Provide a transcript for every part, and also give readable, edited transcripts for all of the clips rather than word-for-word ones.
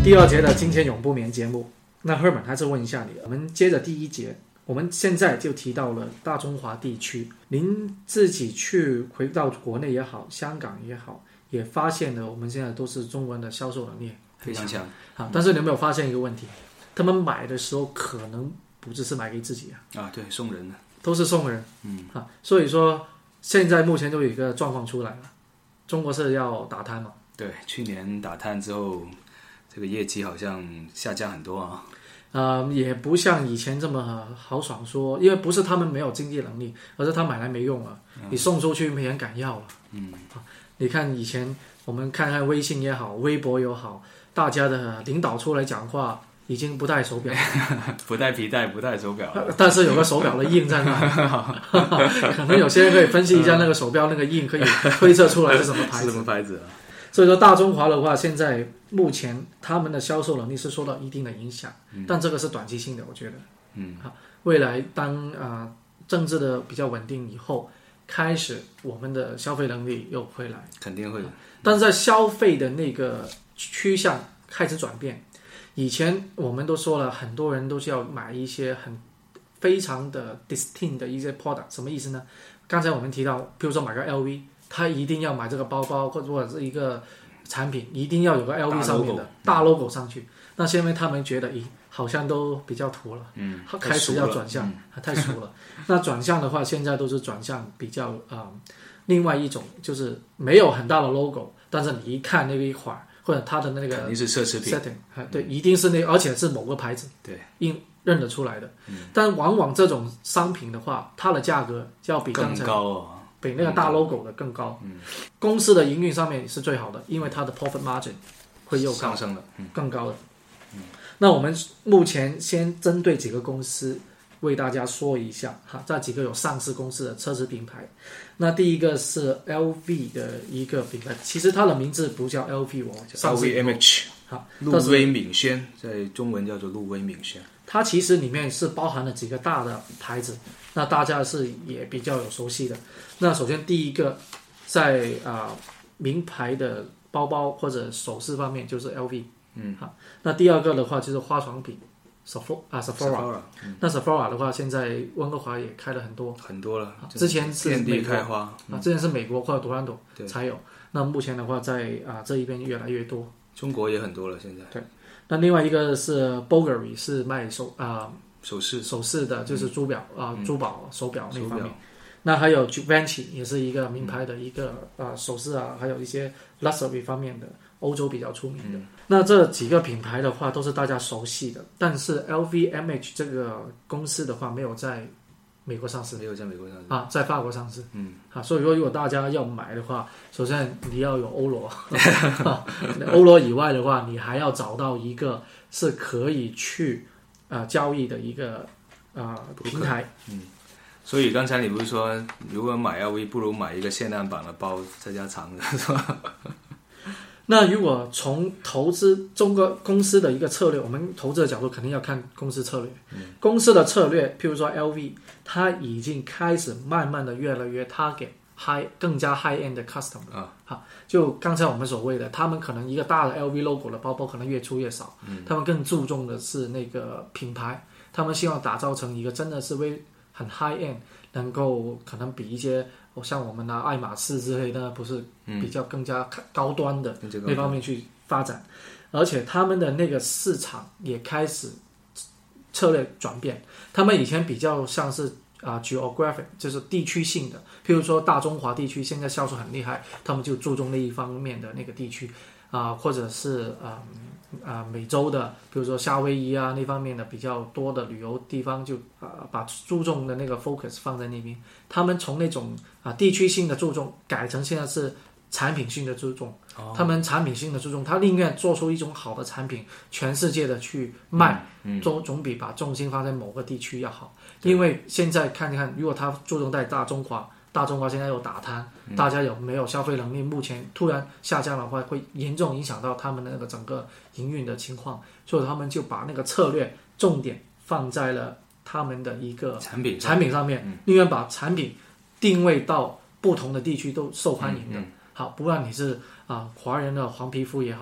第二节的金钱永不眠节目，那 Herman 还是问一下你，我们接着第一节，我们现在就提到了大中华地区，您自己去回到国内也好，香港也好，也发现了我们现在都是中文的销售能力非常强啊。但是你有没有发现一个问题？他们买的时候可能不只是买给自己啊，对，送人的都是送人，所以说现在目前就有一个状况出来了，中国是要打贪嘛？ 对，去年打贪之后，这个业绩好像下降很多啊。也不像以前这么豪爽说，因为不是他们没有经济能力，而是他买来没用了，你送出去没人敢要了。你看以前我们看看微信也好，微博也好，大家的领导出来讲话已经不戴手表不戴皮带不戴手表但是有个手表的印在那可能有些人可以分析一下那个手表那个印，可以推测出来是什么牌子是什么牌子所以说大中华的话，现在目前他们的销售能力是受到一定的影响，但这个是短期性的，我觉得未来当政治的比较稳定以后，开始我们的消费能力又回来， 肯定会的。 但是在消费的那个趋向开始转变，以前我们都说了，很多人都是要买一些非常的 distinct 的一些 product， 什么意思呢？刚才我们提到，比如说买个 LV， 他一定要买这个包包或者是一个产品，一定要有个 LV 上面的大 logo 上去。那是因为他们觉得，好像都比较土了，开始要转向，太熟了。那转向的话，现在都是转向比较另外一种，就是没有很大的 logo， 但是你一看那一款或者它的那个肯定是奢侈品 setting， 对，一定是而且是某个牌子， 对， 认得出来的。但往往这种商品的话，它的价格就要比刚才更高比那个大 logo 的更高。公司的营运上面是最好的，因为它的 profit margin 会又高上升了， 更高的。那我们目前先针对几个公司为大家说一下这几个有上市公司的奢侈品牌。那第一个是 LV 的一个品牌，其实它的名字不叫 LV， 叫 LVMH， 陆威敏轩，在中文叫做陆威敏轩。 它其实里面是包含了几个大的牌子，那大家是也比较有熟悉的。那首先第一个在名牌的包包或者首饰方面就是 LV。那第二个的话就是化妆品 Sephora。那 Sephora 的话，现在温哥华也开了很多了，之前是遍地开花之前是美国或者多伦多才有，那目前的话在这一边越来越多， 中国也很多了现在。 对，那另外一个是 Bulgari， 是卖首饰的，就是珠宝珠宝手表那方面。那还有 Givenchy 也是一个名牌的一个首饰还有一些 luxury 方面的，欧洲比较出名的。那这几个品牌的话都是大家熟悉的，但是 LVMH 这个公司的话没有在美国上市， 没有在美国上市在法国上市。所以说如果大家要买的话，首先你要有欧罗欧罗以外的话，你还要找到一个是可以去交易的一个平台。 所以刚才你不是说，如果买 LV 不如买一个限量版的包在家藏着，是吧？ 那如果从投资中国公司的一个策略，我们投资的角度肯定要看公司策略。公司的策略，譬如说 LV， 它已经开始慢慢的越来越 target更加 high end 的 customer。就刚才我们所谓的，他们可能一个大的 LV logo 的包包可能越出越少，他们更注重的是那个品牌，他们希望打造成一个真的是很 high end， 能够可能比一些像我们的爱马仕之类的，不是比较更加高端的那方面去发展。而且他们的那个市场也开始策略转变，他们以前比较像是geographic， 就是地区性的，譬如说大中华地区现在销售很厉害，他们就注重那一方面的那个地区或者是美洲的，比如说夏威夷那方面的比较多的旅游地方，就把注重的那个 focus 放在那边。他们从那种地区性的注重改成现在是产品性的注重。他们产品性的注重，他宁愿做出一种好的产品，全世界的去卖，总比把重心放在某个地区要好。因为现在看看，如果他注重在大中华现在有打贪，大家有没有消费能力？目前突然下降的话，会严重影响到他们的那个整个营运的情况，所以他们就把那个策略重点放在了他们的一个产品上面，宁愿把产品定位到不同的地区都受欢迎的。好，不管你是华人的黄皮肤也好，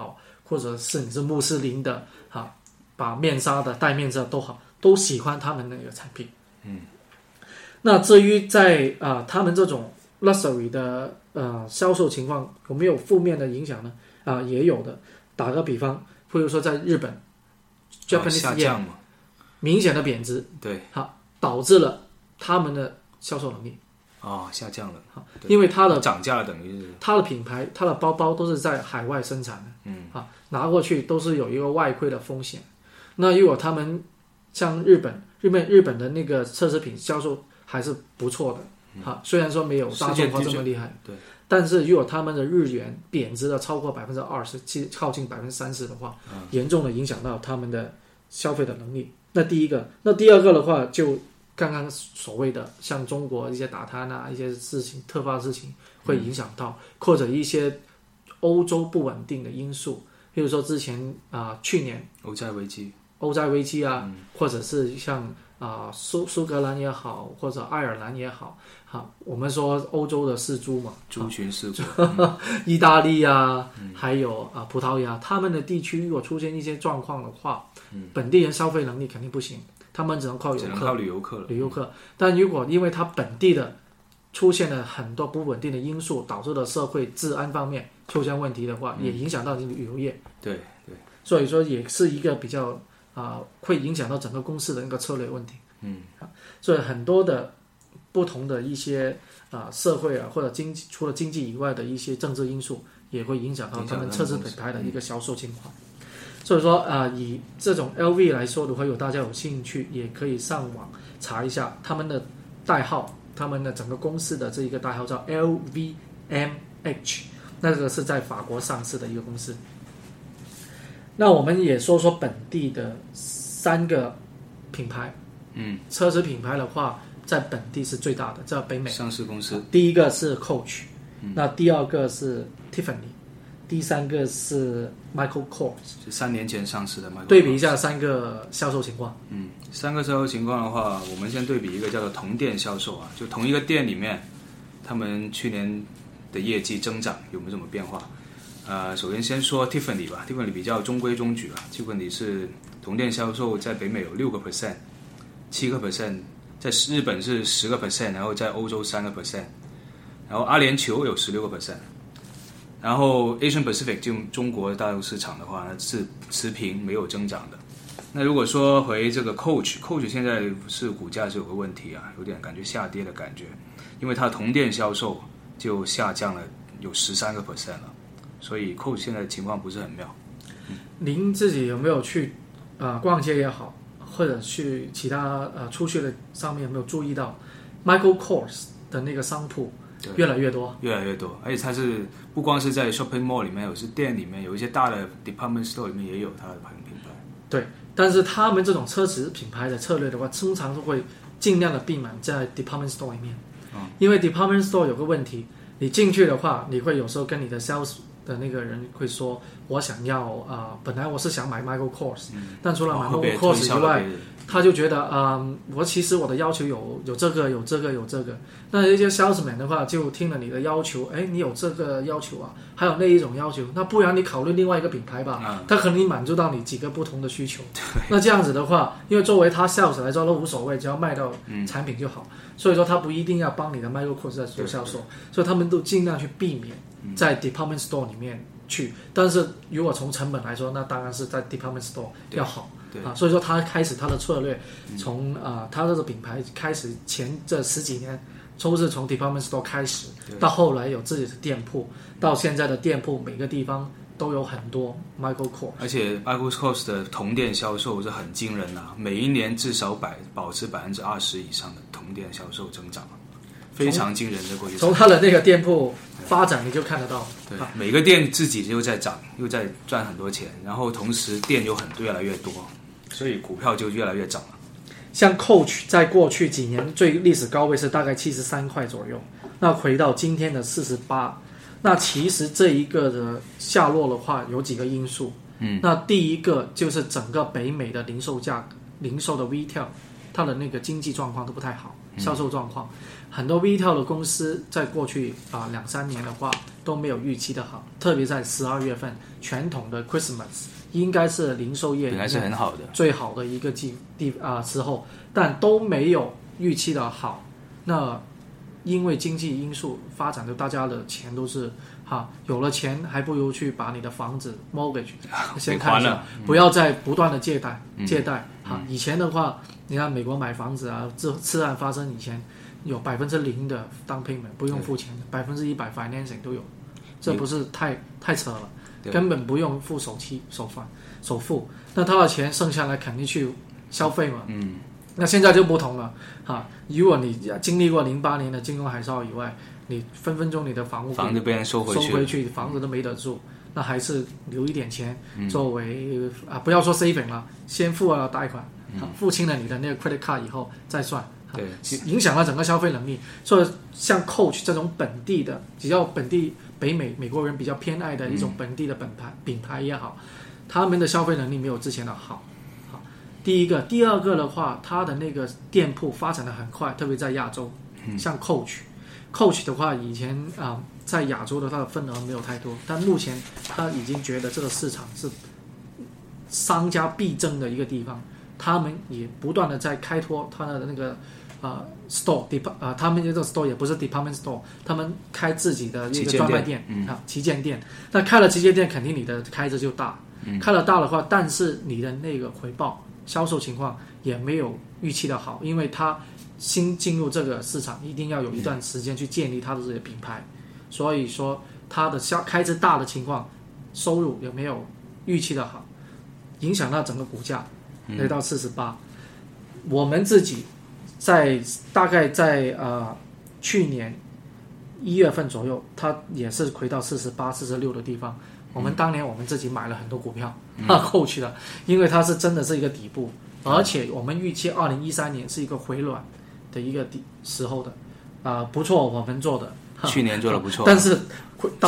或者是你是穆斯林的把面纱的戴面纱都好，都喜欢他们那个产品。那至于在他们这种 luxury 的销售情况有没有负面的影响呢？也有的。打个比方，比如说在日本 ，Japanese 下降 yen 嘛， 明显的贬值， 对， 导致了他们的销售能力下降了， 因为它的涨价了，等于是它的品牌、它的包包都是在海外生产的，拿过去都是有一个外汇的风险。那如果他们像日本的那个奢侈品销售还是不错的，虽然说没有大众化这么厉害， 对， 但是如果他们的日元贬值了超过20%，靠近30%的话，严重的影响到他们的消费的能力。那第一个，那第二个的话，就刚刚所谓的像中国一些打贪一些事情突发事情会影响到，或者一些欧洲不稳定的因素，比如说之前去年欧债危机或者是像苏格兰也好，或者爱尔兰也好，我们说欧洲的四猪嘛， 猪群四国， 意大利还有葡萄牙，他们的地区如果出现一些状况的话，本地人消费能力肯定不行，他们只能靠旅游客了。 但如果因为他本地的出现了很多不稳定的因素，导致了社会治安方面出现问题的话，也影响到旅游业。 对， 所以说也是一个比较会影响到整个公司的那个策略问题。所以很多的不同的一些社会或者经济，除了经济以外的一些政治因素，也会影响到他们奢侈品牌的一个销售情况。所以说以这种 LV 来说的话，如果大家有兴趣，也可以上网查一下他们的代号，他们的整个公司的这一个代号叫 LVMH， 那个是在法国上市的一个公司。那我们也说说本地的3个品牌。奢侈品牌的话，在本地是最大的，在北美上市公司。 第一个是 Coach，那第二个是 Tiffany， 第三个是 Michael Kors， 是3年前上市的 Michael Kors。 对比一下3个销售情况。 3个销售情况的话，我们先对比一个叫做同店销售就同一个店里面，他们去年的业绩增长有没有什么变化？首先说 Tiffany 吧 ，Tiffany 比较中规中矩Tiffany 是同店销售在北美有6%、7%，在日本是10%，然后在欧洲3%，然后阿联酋有16%，然后 Asian Pacific 就中国大陆市场的话呢是持平没有增长的。那如果说回这个 Coach 现在是股价是有个问题有点感觉下跌的感觉，因为它的同店销售就下降了有13%了，所以 Coach 现在的情况不是很妙。 您自己有没有去逛街也好，或者去其他出去的上面有没有注意到 Michael Kors 的那个商铺越来越多， 而且它是不光是在 shopping mall 里面有，是店里面有一些大的 department store 里面也有它的品牌。 对，但是他们这种奢侈品牌的策略的话，通常是会尽量的避免在 department store 里面，因为 department store 有个问题，你进去的话，你会有时候跟你的 sales的那个人会说，我想要本来我是想买 Michael Kors，但除了买 Michael Kors 以外，他就觉得其实我的要求有这个。那一些 salesman 的话就听了你的要求，你有这个要求还有那一种要求，那不然你考虑另外一个品牌吧，他可能满足到你几个不同的需求。那这样子的话，因为作为他 sales 来说都无所谓，只要卖到产品就好，所以说他不一定要帮你的 Michael Kors 在做销售，所以他们都尽量去避免在 department store 里面去。但是如果从成本来说，那当然是在 department store 要好。所以说他开始他的策略，从他这个品牌开始前这10几年，都是从 department store 开始，到后来有自己的店铺，到现在的店铺每个地方都有很多 Michael Kors。 而且 Michael Kors 的同店销售是很惊人每一年至少保持20%以上的同店销售增长，非常惊人的过去。 从他的那个店铺发展你就看得到， 对，每个店自己又在涨，又在赚很多钱，然后同时店又越来越多，所以股票就越来越涨了。 像 Coach 在过去几年最历史高位是大概73块左右，那回到今天的48。那其实这一个的下落的话有几个因素，那第一个就是整个北美的零售的 retail， 它的那个经济状况都不太好， 销售状况。很多 retail 的公司在过去2-3年的话都没有预期的好，特别在12月份传统的 Christmas 应该是零售业本来是很好的最好的一个时候，但都没有预期的好。那因为经济因素发展的，大家的钱都是有了钱还不如去把你的房子 mortgage 先看一下，不要再不断的借贷。以前的话，你看美国买房子次案发生以前有0%的 down payment 不用付钱的，100% financing 都有，这不是太扯了，根本不用付首付，那他的钱剩下来肯定去消费嘛。那现在就不同了如果你经历过08年的金融海啸以外，你分分钟你的房子被人收回去，房子都没得住，那还是留一点钱作为不要说 saving 了，先付了贷款，付清了你的那个 credit card 以后再算。 对， 影响了整个消费能力。所以像 Coach 这种本地的，只要本地北美国人比较偏爱的一种本地的品牌也好，他们的消费能力没有之前的好。第一个，第二个的话，它的那个店铺发展的很快，特别在亚洲，像 Coach 的话，以前在亚洲的它的份额没有太多，但目前他已经觉得这个市场是商家必争的一个地方，他们也不断的在开拓他的那个store，他们这个 store 也不是 department store， 他们开自己的一个专卖店，旗舰店。那开了旗舰店，肯定你的开支就大，开了大的话，但是你的那个回报销售情况也没有预期的好，因为他新进入这个市场，一定要有一段时间去建立他的这些品牌，所以说他的开支大的情况，收入也没有预期的好，影响到整个股价来到48。我们自己大概在去年1月份左右，它也是回到48、46的地方。当年我们自己买了很多股票，Coach 的，因为它是真的是一个底部，而且我们预期2013年是一个回暖的一个时候的，不错，我们做的， 去年做的不错， 但是到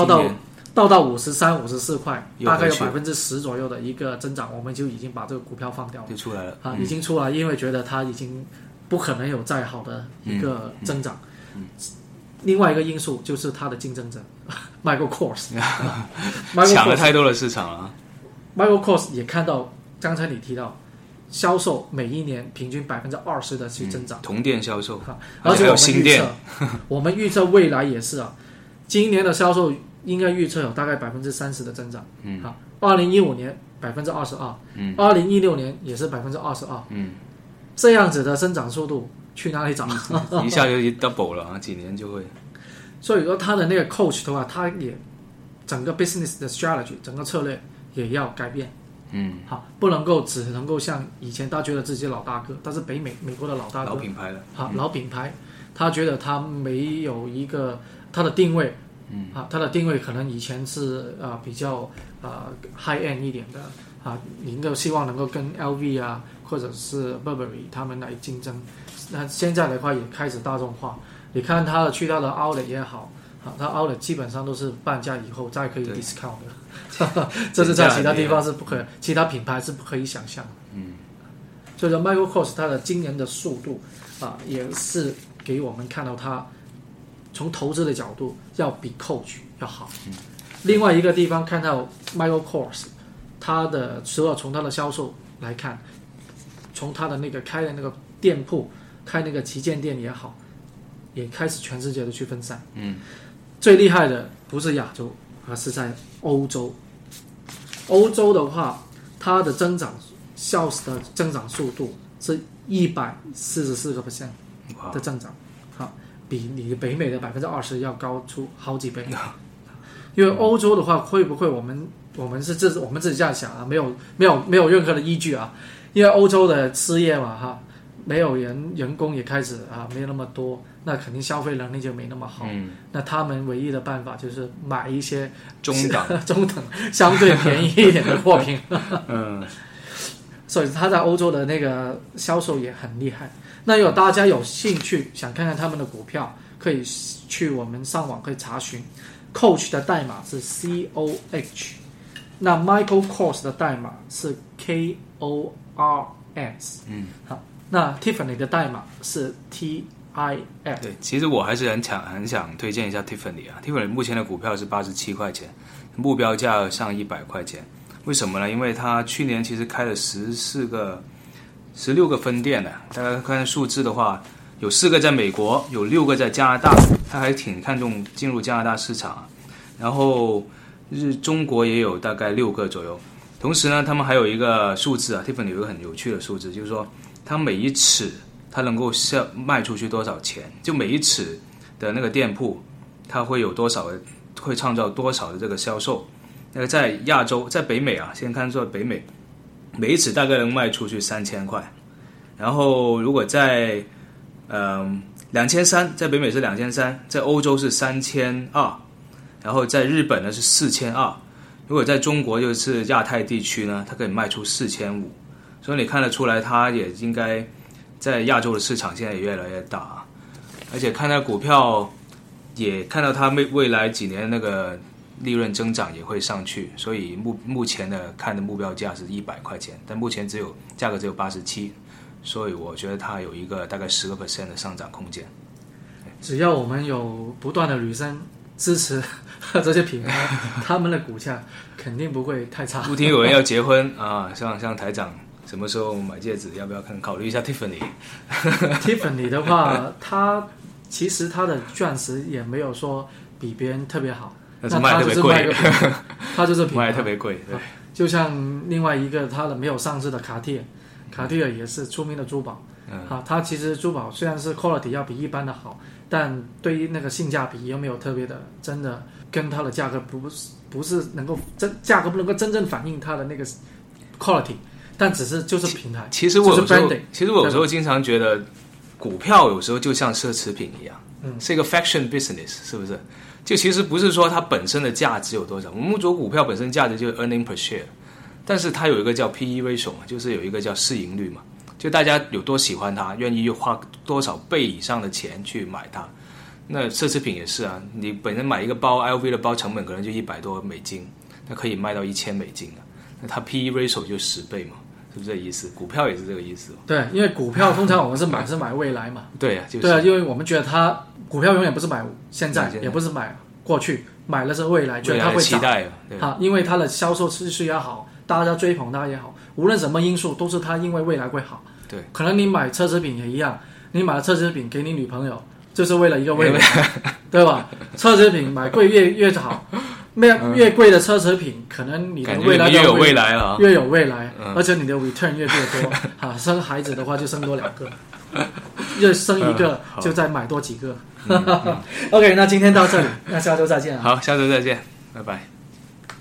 53、54块，大概有10%左右的一个增长，我们就已经把这个股票放掉了， 就出来了， 已经出来，因为觉得它已经不可能有再好的一个增长。另外一个因素就是它的竞争者Michael Kors 抢了太多的市场了。 Michael Kors 也看到刚才你提到销售每一年平均20%的去增长， 同店销售， 而且还有新店， 我们预测未来也是今年的销售应该预测有大概30%的增长。2015年22%， 2016年也是22%，这样子的增长速度去哪里找？ 一下就 double 了几年就会。 所以说他的那个 Coach 的话，他也整个 business 的 strategy 整个策略也要改变。不能够只能够像以前他觉得自己老大哥，他是美国的老大哥， 老品牌了。 老品牌，他觉得他没有一个他的定位。他的定位可能以前是比较high end 一点的能够希望能够跟 LV 或者是 Burberry 他们来竞争。那现在的话也开始大众化，你看他去他的 outlet 也好，他 outlet 基本上都是半价以后再可以 discount 的，这是在其他地方是不可以，其他品牌是不可以想象的。所以说 Michael Kors 他的惊人的速度也是给我们看到他从投资的角度要比 Coach 要好。另外一个地方看到 Michael Kors 他的除了从他的销售来看，从他的那个开的那个店铺，开那个旗舰店也好，也开始全世界的去分散。最厉害的不是亚洲，而是在欧洲。欧洲的话，它的增长 sales 的增长速度是144% 的增长，比你北美的20%要高出好几倍。因为欧洲的话，会不会我们自己这样想没有任何的依据因为欧洲的失业嘛没有人工也开始没有那么多，那肯定消费能力就没那么好。那他们唯一的办法就是买一些中等相对便宜一点的货品。所以他在欧洲的那个销售也很厉害。那如果大家有兴趣想看看他们的股票，可以去我们上网可以查询。Coach 的代码是 COH， 那 Michael Kors 的代码是 KORS。好，那 Tiffany 的代码是 TIFFANY。 对，其实我还是很想推荐一下 Tiffany 啊。Tiffany 目前的股票是87块钱，目标价上100块钱。为什么呢？因为它去年其实开了16个分店的，大家看数字的话，有4个在美国，有6个在加拿大，它还挺看重进入加拿大市场啊。然后中国也有大概6个左右。同时呢，他们还有一个数字啊 ，Tiffany 有一个很有趣的数字，就是说它每一尺它能够卖出去多少钱，就每一尺的那个店铺，它会有多少的，会创造多少的这个销售。那个在亚洲，在北美啊，先看作北美，每一尺大概能卖出去3000块。然后如果在2300，在北美是2300，在欧洲是3200，然后在日本呢是4200。如果在中国就是亚太地区呢，它可以卖出4500，所以你看得出来，它也应该在亚洲的市场现在也越来越大啊。而且看到股票，也看到它未来几年那个利润增长也会上去，所以目前的看的目标价是100块钱，但目前价格只有87，所以我觉得它有一个大概10% 的上涨空间。 只要我们有不断的女生支持这些品牌，他们的股价肯定不会太差。 不听有人要结婚啊，像台长什么时候买戒指，要不要考虑一下 Tiffany？ Tiffany 的话，其实它的钻石也没有说比别人特别好， 但是卖特别贵， 它就是品牌卖特别贵。对， 就像另外一个它的没有上市的卡地尔也是出名的珠宝。它其实珠宝虽然是 quality 要比一般的好，但对于那个性价比又没有特别的，真的跟它的价格不是能够价格不能够真正反映它的那个 quality， 但就是平台。 其实我有时候经常觉得股票有时候就像奢侈品一样，是一个 fashion business， 是不是？就其实不是说它本身的价值有多少，我们做股票本身价值就是 earning per share， 但是它有一个叫 PE ratio 嘛，就是有一个叫市盈率嘛。就大家有多喜欢它，愿意花多少倍以上的钱去买它。那奢侈品也是啊，你本身买一个包 LV 的包成本可能就$100多，那可以卖到$1000的，那它 PE ratio 就10倍嘛，是不是这个意思？股票也是这个意思。 对，因为股票通常我们是买未来嘛。 对啊，就是。 对啊，因为我们觉得它股票永远不是买现在，也不是买过去，买的是未来，觉得它会涨。 期待因为它的销售秩序也好，大家追捧它也好，无论什么因素都是它因为未来会好。 对， 可能你买奢侈品也一样，你买了奢侈品给你女朋友，就是为了一个未来，对吧？奢侈品买贵越好，越贵的奢侈品，可能你的未来越有未来了， 越有未来，而且你的 return 越多。生孩子的话就生多2个，越生一个就再买多几个。OK， 那今天到这里，那下周再见。 好，下周再见，拜拜。